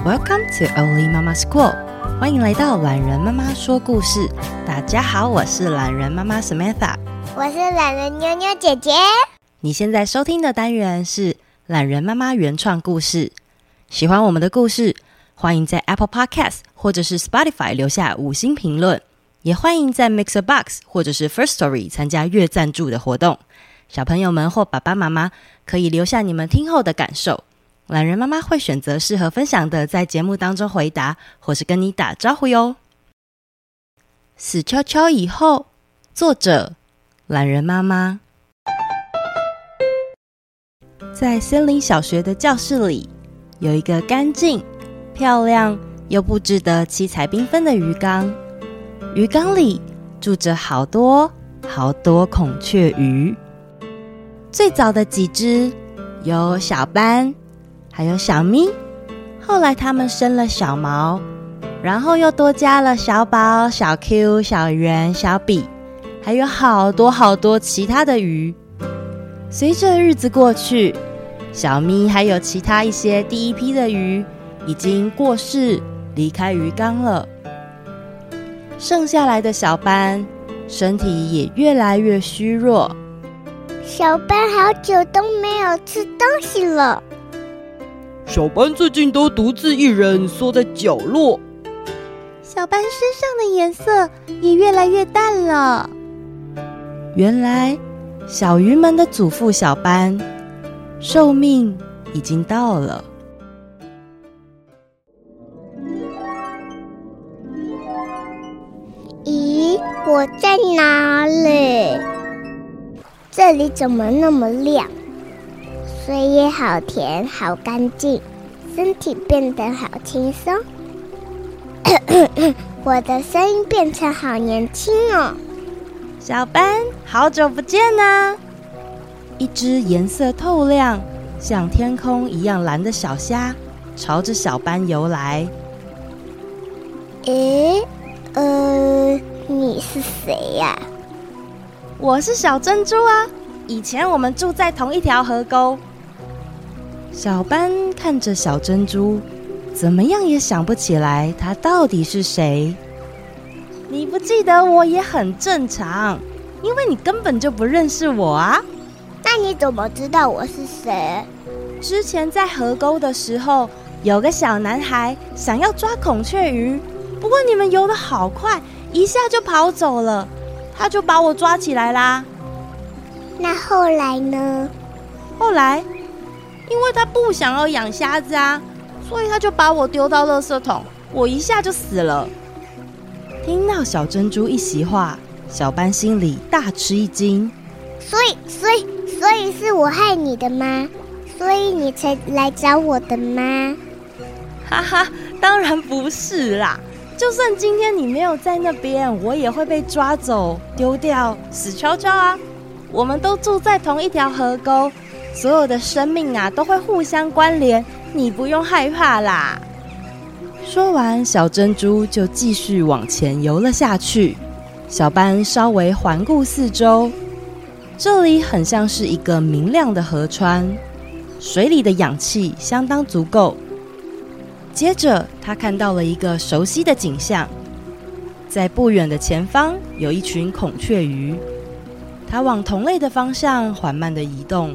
Welcome to Oli Mama School， 欢迎来到懒人妈妈说故事。大家好，我是懒人妈妈 Samantha， 我是懒人妞妞姐姐。 你现在收听的单元是懒人妈妈原创故事。喜欢我们的故事，欢迎在 Apple Podcast 或者是 Spotify 留下5星评论，也欢迎在 Mixer Box 或者是 First Story 参加月赞助的活动。小朋友们或爸爸妈妈可以留下你们听后的感受，懒人妈妈会选择适合分享的，在节目当中回答，或是跟你打招呼哟。死悄悄以后，作者懒人妈妈。在森林小学的教室里，有一个干净、漂亮又布置得七彩缤纷的鱼缸。鱼缸里住着好多好多孔雀鱼。最早的几只有小斑，还有小咪，后来他们生了小毛，然后又多加了小宝、小 Q、小圆、小比，还有好多好多其他的鱼。随着日子过去，小咪还有其他一些第一批的鱼已经过世，离开鱼缸了。剩下来的小斑身体也越来越虚弱， 小斑好久都没有吃东西了。 小斑最近都独自一人缩在角落， 小斑身上的颜色也越来越淡了。原来小鱼们的祖父小斑寿命已经到了。 咦，我在哪里？这里怎么那么亮？水也好甜，好干净，身体变得好轻松。我的声音变成好年轻哦。 小斑，好久不见啊！一只颜色透亮，像天空一样蓝的小虾朝着小斑游来。 你是谁呀？ 我是小珍珠啊，以前我们住在同一条河沟。小斑看着小珍珠，怎么样也想不起来她到底是谁。你不记得我也很正常，因为你根本就不认识我啊。 那你怎么知道我是谁？ 之前在河沟的时候，有个小男孩想要抓孔雀鱼，不过你们游得好快，一下就跑走了，他就把我抓起来啦。 那后来呢？ 后来因为他不想要养虾子啊，所以他就把我丢到垃圾桶，我一下就死了。听到小珍珠一席话，小斑心里大吃一惊。 所以是我害你的吗？所以你才来找我的吗？ 哈哈，当然不是啦，就算今天你没有在那边，我也会被抓走丢掉死悄悄啊。我们都住在同一条河沟，所有的生命啊都会互相关联，你不用害怕啦。说完，小珍珠就继续往前游了下去。小斑稍微环顾四周，这里很像是一个明亮的河川，水里的氧气相当足够。接着他看到了一个熟悉的景象，在不远的前方有一群孔雀鱼，它往同类的方向缓慢地移动。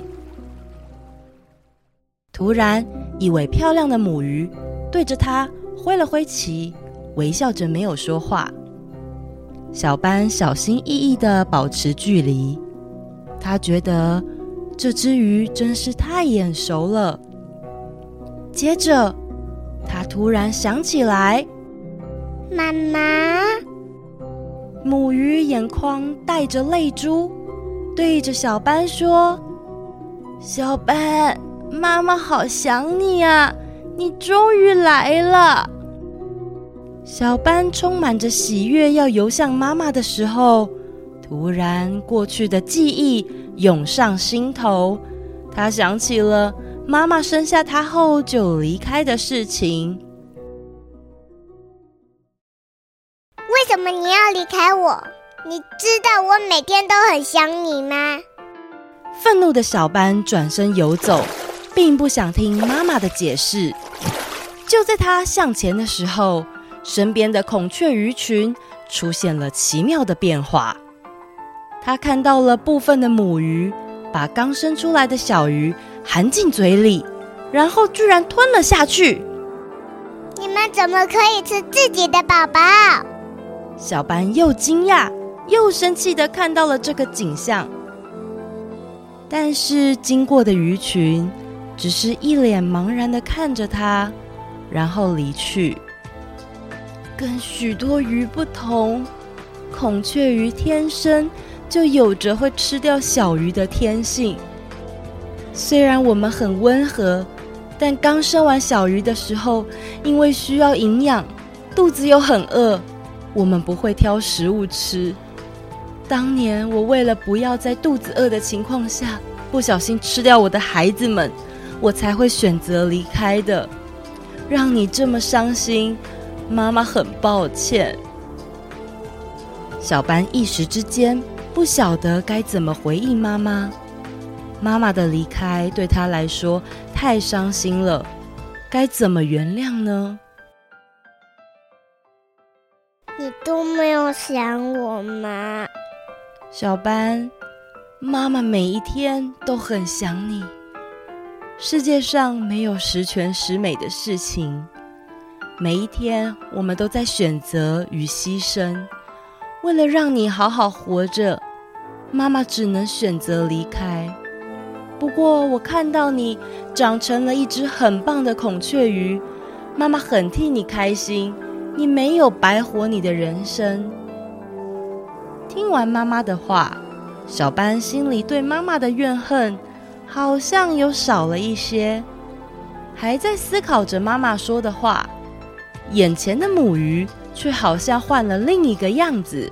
突然，一尾漂亮的母鱼对着它挥了挥旗，微笑着没有说话。小斑小心翼翼地保持距离，他觉得这只鱼真是太眼熟了。接着他突然想起来， 妈妈。 母鱼眼眶带着泪珠，对着小斑说：小斑，妈妈好想你啊，你终于来了。小斑充满着喜悦要游向妈妈的时候，突然过去的记忆涌上心头，他想起了妈妈生下他后就离开的事情。 为什么你要离开我？你知道我每天都很想你吗？ 愤怒的小斑转身游走，并不想听妈妈的解释。 就在他向前的时候，身边的孔雀鱼群出现了奇妙的变化。他看到了部分的母鱼把刚生出来的小鱼含进嘴里，然后居然吞了下去。 你们怎么可以吃自己的宝宝？ 小班又惊讶又生气地看到了这个景象，但是经过的鱼群只是一脸茫然地看着他，然后离去。跟许多鱼不同，孔雀鱼天生就有着会吃掉小鱼的天性。虽然我们很温和，但刚生完小鱼的时候，因为需要营养，肚子又很饿，我们不会挑食物吃。当年我为了不要在肚子饿的情况下不小心吃掉我的孩子们，我才会选择离开的。让你这么伤心，妈妈很抱歉。小班一时之间不晓得该怎么回应妈妈。妈妈的离开对他来说太伤心了，该怎么原谅呢？ 你都没有想我吗？ 小班，妈妈每一天都很想你。世界上没有十全十美的事情，每一天我们都在选择与牺牲。为了让你好好活着，妈妈只能选择离开。不过我看到你长成了一只很棒的孔雀鱼，妈妈很替你开心，你没有白活你的人生。听完妈妈的话，小班心里对妈妈的怨恨好像有少了一些，还在思考着妈妈说的话，眼前的母鱼却好像换了另一个样子。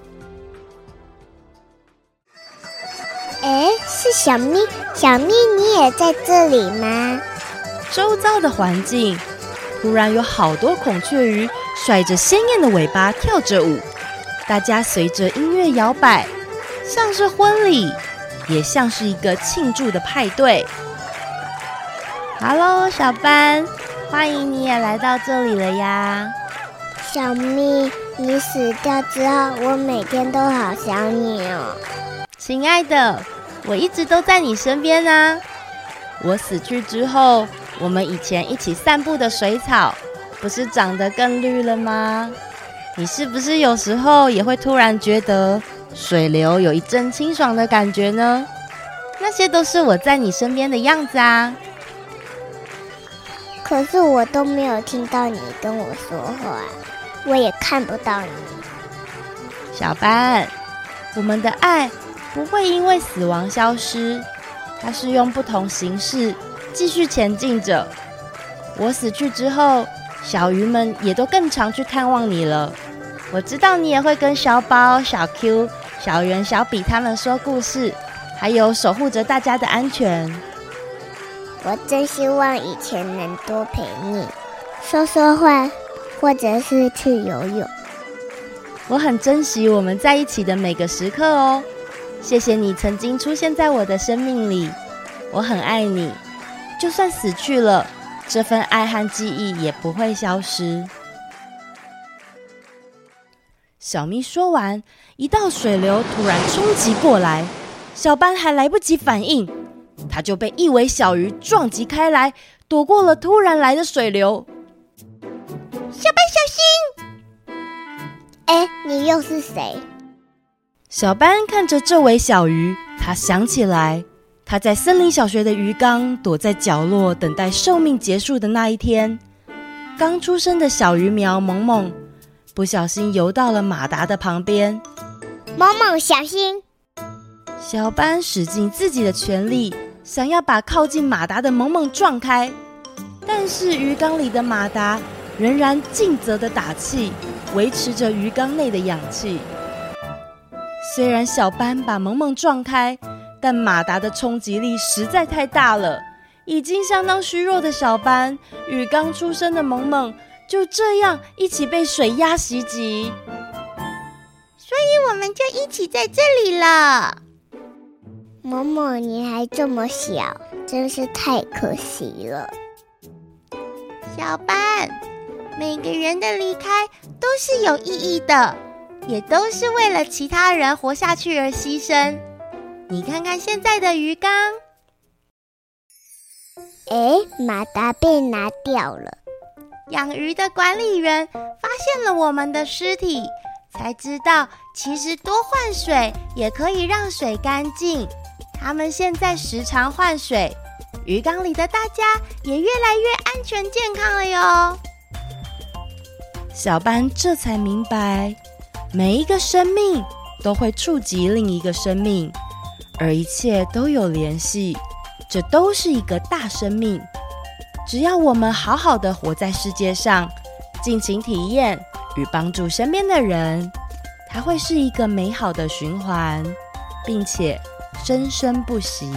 哎，是小咪，小咪你也在这里吗？ 周遭的环境突然有好多孔雀鱼甩着鲜艳的尾巴跳着舞，大家随着音乐摇摆，像是婚礼，也像是一个庆祝的派对。Hello， 小班，欢迎你也来到这里了呀。 小咪，你死掉之后，我每天都好想你哦。 亲爱的，我一直都在你身边啊。我死去之后，我们以前一起散步的水草，不是长得更绿了吗？你是不是有时候也会突然觉得水流有一阵清爽的感觉呢？那些都是我在你身边的样子啊。 可是我都没有听到你跟我说话，我也看不到你。 小班，我们的爱不会因为死亡消失，它是用不同形式继续前进着。我死去之后，小鱼们也都更常去看望你了。我知道你也会跟小宝、小 Q、小圆、小比他们说故事，还有守护着大家的安全。 我真希望以前能多陪你，说说话，或者是去游泳。 我很珍惜我们在一起的每个时刻哦。谢谢你曾经出现在我的生命里，我很爱你。就算死去了，这份爱和记忆也不会消失。小咪说完，一道水流突然冲击过来，小班还来不及反应，他就被一尾小鱼撞击开来，躲过了突然来的水流。小班小心！ 哎，你又是谁？ 小班看着这尾小鱼，他想起来，他在森林小学的鱼缸躲在角落等待寿命结束的那一天，刚出生的小鱼苗萌萌不小心游到了马达的旁边。 萌萌小心！ 小班使尽自己的全力，想要把靠近马达的萌萌撞开，但是鱼缸里的马达仍然尽责的打气，维持着鱼缸内的氧气。虽然小班把萌萌撞开，但马达的冲击力实在太大了，已经相当虚弱的小班与刚出生的萌萌就这样一起被水压袭击， 所以我们就一起在这里了。萌萌，你还这么小，真是太可惜了。 小班，每个人的离开都是有意义的，也都是为了其他人活下去而牺牲。你看看现在的鱼缸， 马达被拿掉了。 养鱼的管理员发现了我们的尸体，才知道其实多换水也可以让水干净。他们现在时常换水，鱼缸里的大家也越来越安全健康了哟。 小班这才明白，每一个生命都会触及另一个生命，而一切都有联系，这都是一个大生命。只要我们好好的活在世界上，尽情体验与帮助身边的人，它会是一个美好的循环，并且生生不息。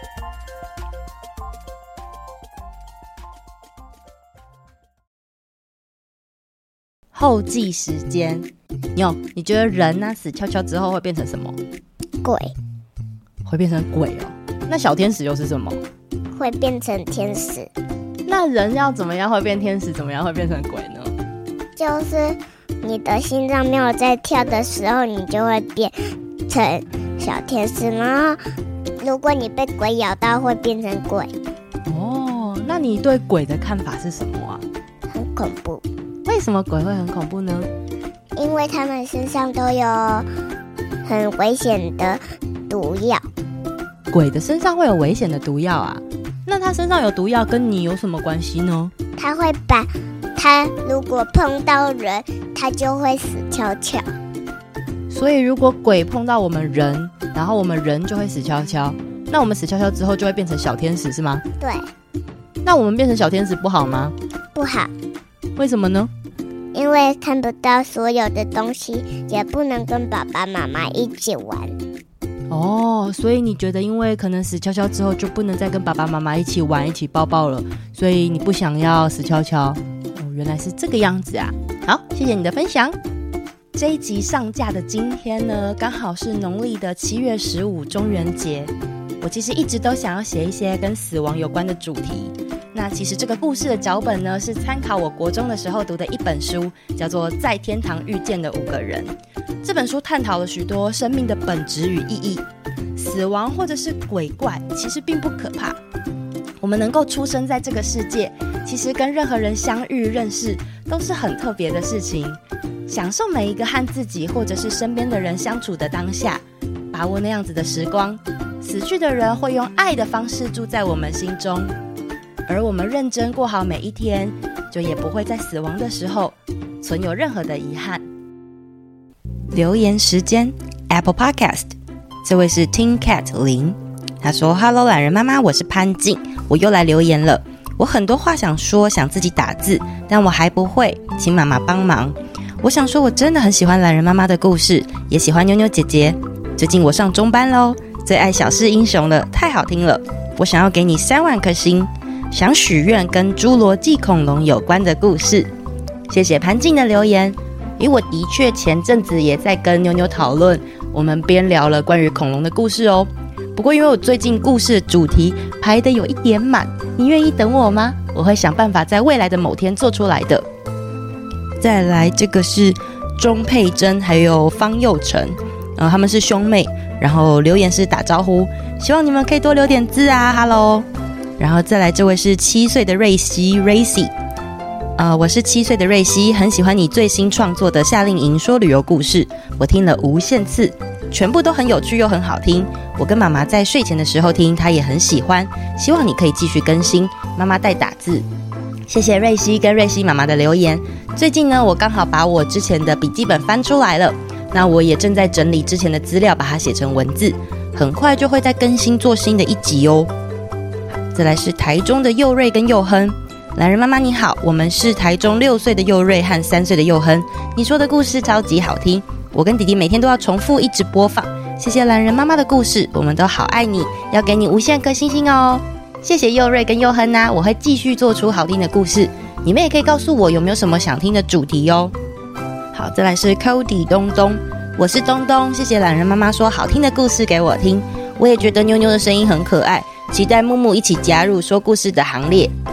后记时间，你觉得人啊死翘翘之后会变成什么？ 鬼。 会变成鬼哦。那小天使又是什么？ 会变成天使。 那人要怎么样会变天使，怎么样会变成鬼呢？ 就是你的心脏没有在跳的时候，你就会变成小天使，然后如果你被鬼咬到，会变成鬼。 哦，那你对鬼的看法是什么啊？ 很恐怖。 为什么鬼会很恐怖呢？ 因为他们身上都有很危险的毒药。 鬼的身上会有危险的毒药啊？那他身上有毒药跟你有什么关系呢？ 他会把他如果碰到人，他就会死翘翘。 所以如果鬼碰到我们人，然后我们人就会死翘翘，那我们死翘翘之后就会变成小天使是吗？ 对。 那我们变成小天使不好吗？ 不好。 为什么呢？ 因为看不到所有的东西，也不能跟爸爸妈妈一起玩。 哦，所以你觉得因为可能死翘翘之后就不能再跟爸爸妈妈一起玩一起抱抱了，所以你不想要死翘翘。哦，原来是这个样子啊。好，谢谢你的分享。这一集上架的今天呢，刚好是农历的7月15中元节。我其实一直都想要写一些跟死亡有关的主题。那其实这个故事的脚本呢，是参考我国中的时候读的一本书，叫做《在天堂遇见的5个人》。这本书探讨了许多生命的本质与意义。死亡或者是鬼怪其实并不可怕，我们能够出生在这个世界，其实跟任何人相遇认识都是很特别的事情。享受每一个和自己或者是身边的人相处的当下，把握那样子的时光。死去的人会用爱的方式住在我们心中，而我们认真过好每一天，就也不会在死亡的时候存有任何的遗憾。留言时间 Apple Podcast， 这位是 Tin Cat 0，他说 Hello 懒人妈妈，我是潘静，我又来留言了。我很多话想说，想自己打字，但我还不会，请妈妈帮忙。我想说我真的很喜欢懒人妈妈的故事，也喜欢妞妞姐姐。最近我上中班咯，最爱小事英雄了，太好听了。我想要给你3万颗星，想许愿跟侏罗纪恐龙有关的故事。谢谢潘静的留言。因为我的确前阵子也在跟妞妞讨论，我们边聊了关于恐龙的故事哦。不过因为我最近故事的主题排得有一点满，你愿意等我吗？我会想办法在未来的某天做出来的。再来，这个是钟佩珍还有方佑成，他们是兄妹，然后留言是打招呼，希望你们可以多留点字啊 ，Hello。然后再来，这位是7岁的瑞希 Racy。我是7岁的瑞希，很喜欢你最新创作的夏令营说旅游故事，我听了无限次，全部都很有趣又很好听。我跟妈妈在睡前的时候听，她也很喜欢，希望你可以继续更新，妈妈代打字。谢谢瑞希跟瑞希妈妈的留言。最近呢，我刚好把我之前的笔记本翻出来了，那我也正在整理之前的资料，把它写成文字，很快就会再更新做新的一集哦。再来是台中的佑瑞跟佑亨。懒人妈妈你好，我们是台中6岁的佑瑞和3岁的佑亨，你说的故事超级好听，我跟弟弟每天都要重复一直播放。谢谢懒人妈妈的故事，我们都好爱你，要给你无限颗星星哦。谢谢佑瑞跟佑亨啊，我会继续做出好听的故事，你们也可以告诉我有没有什么想听的主题哦。好，再来是 Cody 东东，我是东东，谢谢懒人妈妈说好听的故事给我听，我也觉得妞妞的声音很可爱，期待木木一起加入说故事的行列。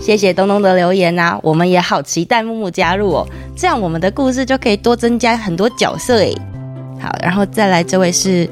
谢谢东东的留言啊，我们也好期待木木加入哦，这样我们的故事就可以多增加很多角色诶。好，然后再来这位是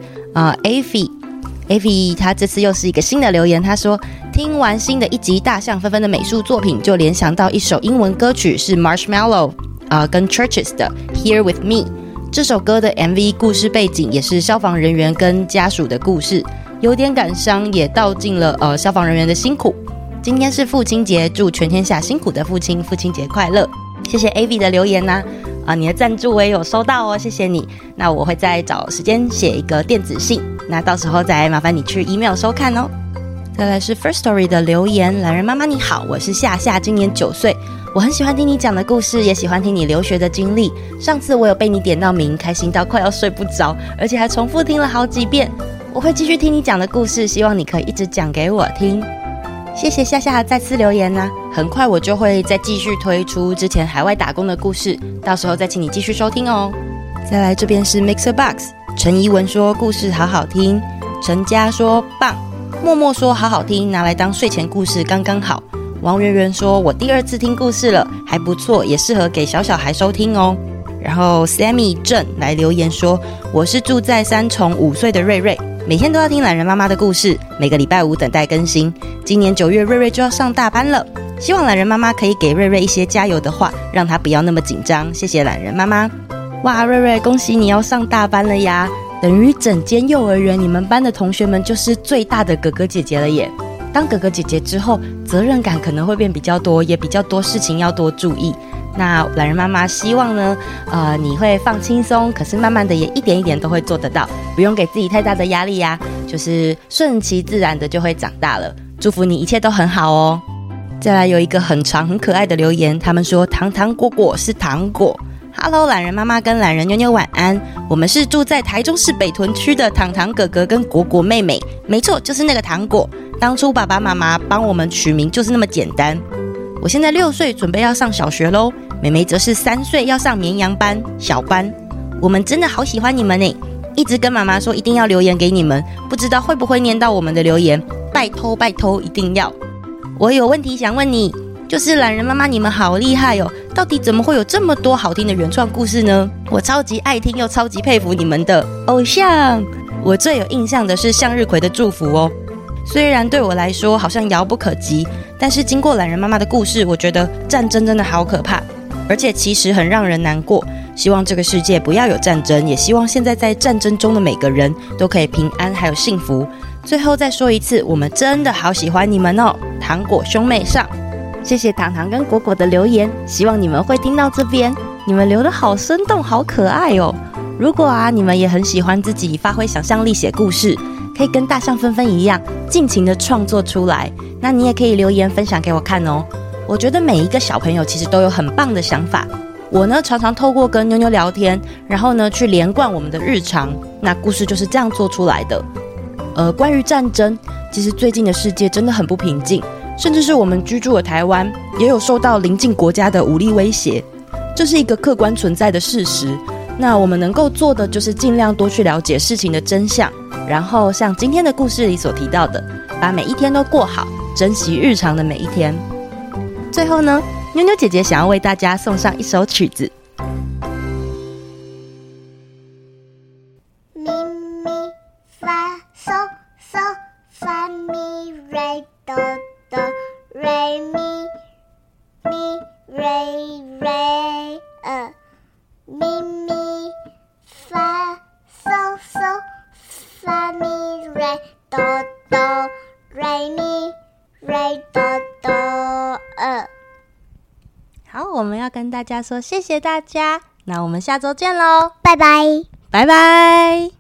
Avi，他这次又是一个新的留言，他说听完新的一集大象纷纷的美术作品，就联想到一首英文歌曲是 Marshmallow 跟 Churches 的 Here With Me。 这首歌的 MV 故事背景也是消防人员跟家属的故事，有点感伤，也道尽了消防人员的辛苦。今天是父亲节，祝全天下辛苦的父亲父亲节快乐。谢谢 AV 的留言你的赞助我也有收到哦，谢谢你。那我会再找时间写一个电子信，那到时候再麻烦你去 email 收看哦。再来是 First Story 的留言，懒人妈妈你好，我是夏夏，今年9岁，我很喜欢听你讲的故事，也喜欢听你留学的经历。上次我有被你点到名，开心到快要睡不着，而且还重复听了好几遍。我会继续听你讲的故事，希望你可以一直讲给我听。谢谢夏夏再次留言很快我就会再继续推出之前海外打工的故事，到时候再请你继续收听哦。再来这边是 Mixer Box， 陈怡文说故事好好听，陈佳说棒，默默说好好听，拿来当睡前故事刚刚好。王圆圆说我第2次听故事了，还不错，也适合给小小孩收听哦。然后 Sammy 郑来留言说我是住在三重5岁的瑞瑞，每天都要听懒人妈妈的故事，每个礼拜5等待更新。今年9月瑞瑞就要上大班了，希望懒人妈妈可以给瑞瑞一些加油的话，让她不要那么紧张，谢谢懒人妈妈。哇，瑞瑞恭喜你要上大班了呀，等于整间幼儿园你们班的同学们就是最大的哥哥姐姐了耶。当哥哥姐姐之后，责任感可能会变比较多，也比较多事情要多注意。那懒人妈妈希望呢你会放轻松，可是慢慢的也一点一点都会做得到，不用给自己太大的压力呀，就是顺其自然的就会长大了。祝福你一切都很好哦。再来有一个很长很可爱的留言，他们说糖糖果果是糖果。Hello， 懒人妈妈跟懒人妞妞晚安。我们是住在台中市北屯区的糖糖哥哥跟果果妹妹，没错，就是那个糖果。当初爸爸妈妈帮我们取名就是那么简单。我现在6岁，准备要上小学咯，妹妹则是3岁，要上绵羊班小班。我们真的好喜欢你们呢，一直跟妈妈说一定要留言给你们，不知道会不会念到我们的留言，拜托拜托一定要。我有问题想问你，就是懒人妈妈你们好厉害哦，到底怎么会有这么多好听的原创故事呢？我超级爱听又超级佩服你们的偶像。我最有印象的是向日葵的祝福哦，虽然对我来说好像遥不可及，但是经过懒人妈妈的故事，我觉得战争真的好可怕，而且其实很让人难过。希望这个世界不要有战争，也希望现在在战争中的每个人都可以平安还有幸福。最后再说一次，我们真的好喜欢你们哦，糖果兄妹上。谢谢糖糖跟果果的留言，希望你们会听到这边，你们留得好生动好可爱哦。如果你们也很喜欢自己发挥想象力写故事，可以跟大象纷纷一样尽情的创作出来，那你也可以留言分享给我看哦。我觉得每一个小朋友其实都有很棒的想法，我呢常常透过跟妞妞聊天，然后呢去连贯我们的日常，那故事就是这样做出来的。关于战争，其实最近的世界真的很不平静，甚至是我们居住的台湾也有受到邻近国家的武力威胁，这是一个客观存在的事实。那我们能够做的就是尽量多去了解事情的真相，然后像今天的故事里所提到的，把每一天都过好，珍惜日常的每一天。最后呢，妞妞姐姐想要为大家送上一首曲子。 咪咪发嗦嗦发咪瑞哆哆瑞咪咪瑞瑞咪咪发嗦嗦发咪瑞哆哆瑞咪瑞哆哆好，我们要跟大家说谢谢大家，那我们下周见咯， 拜拜拜拜。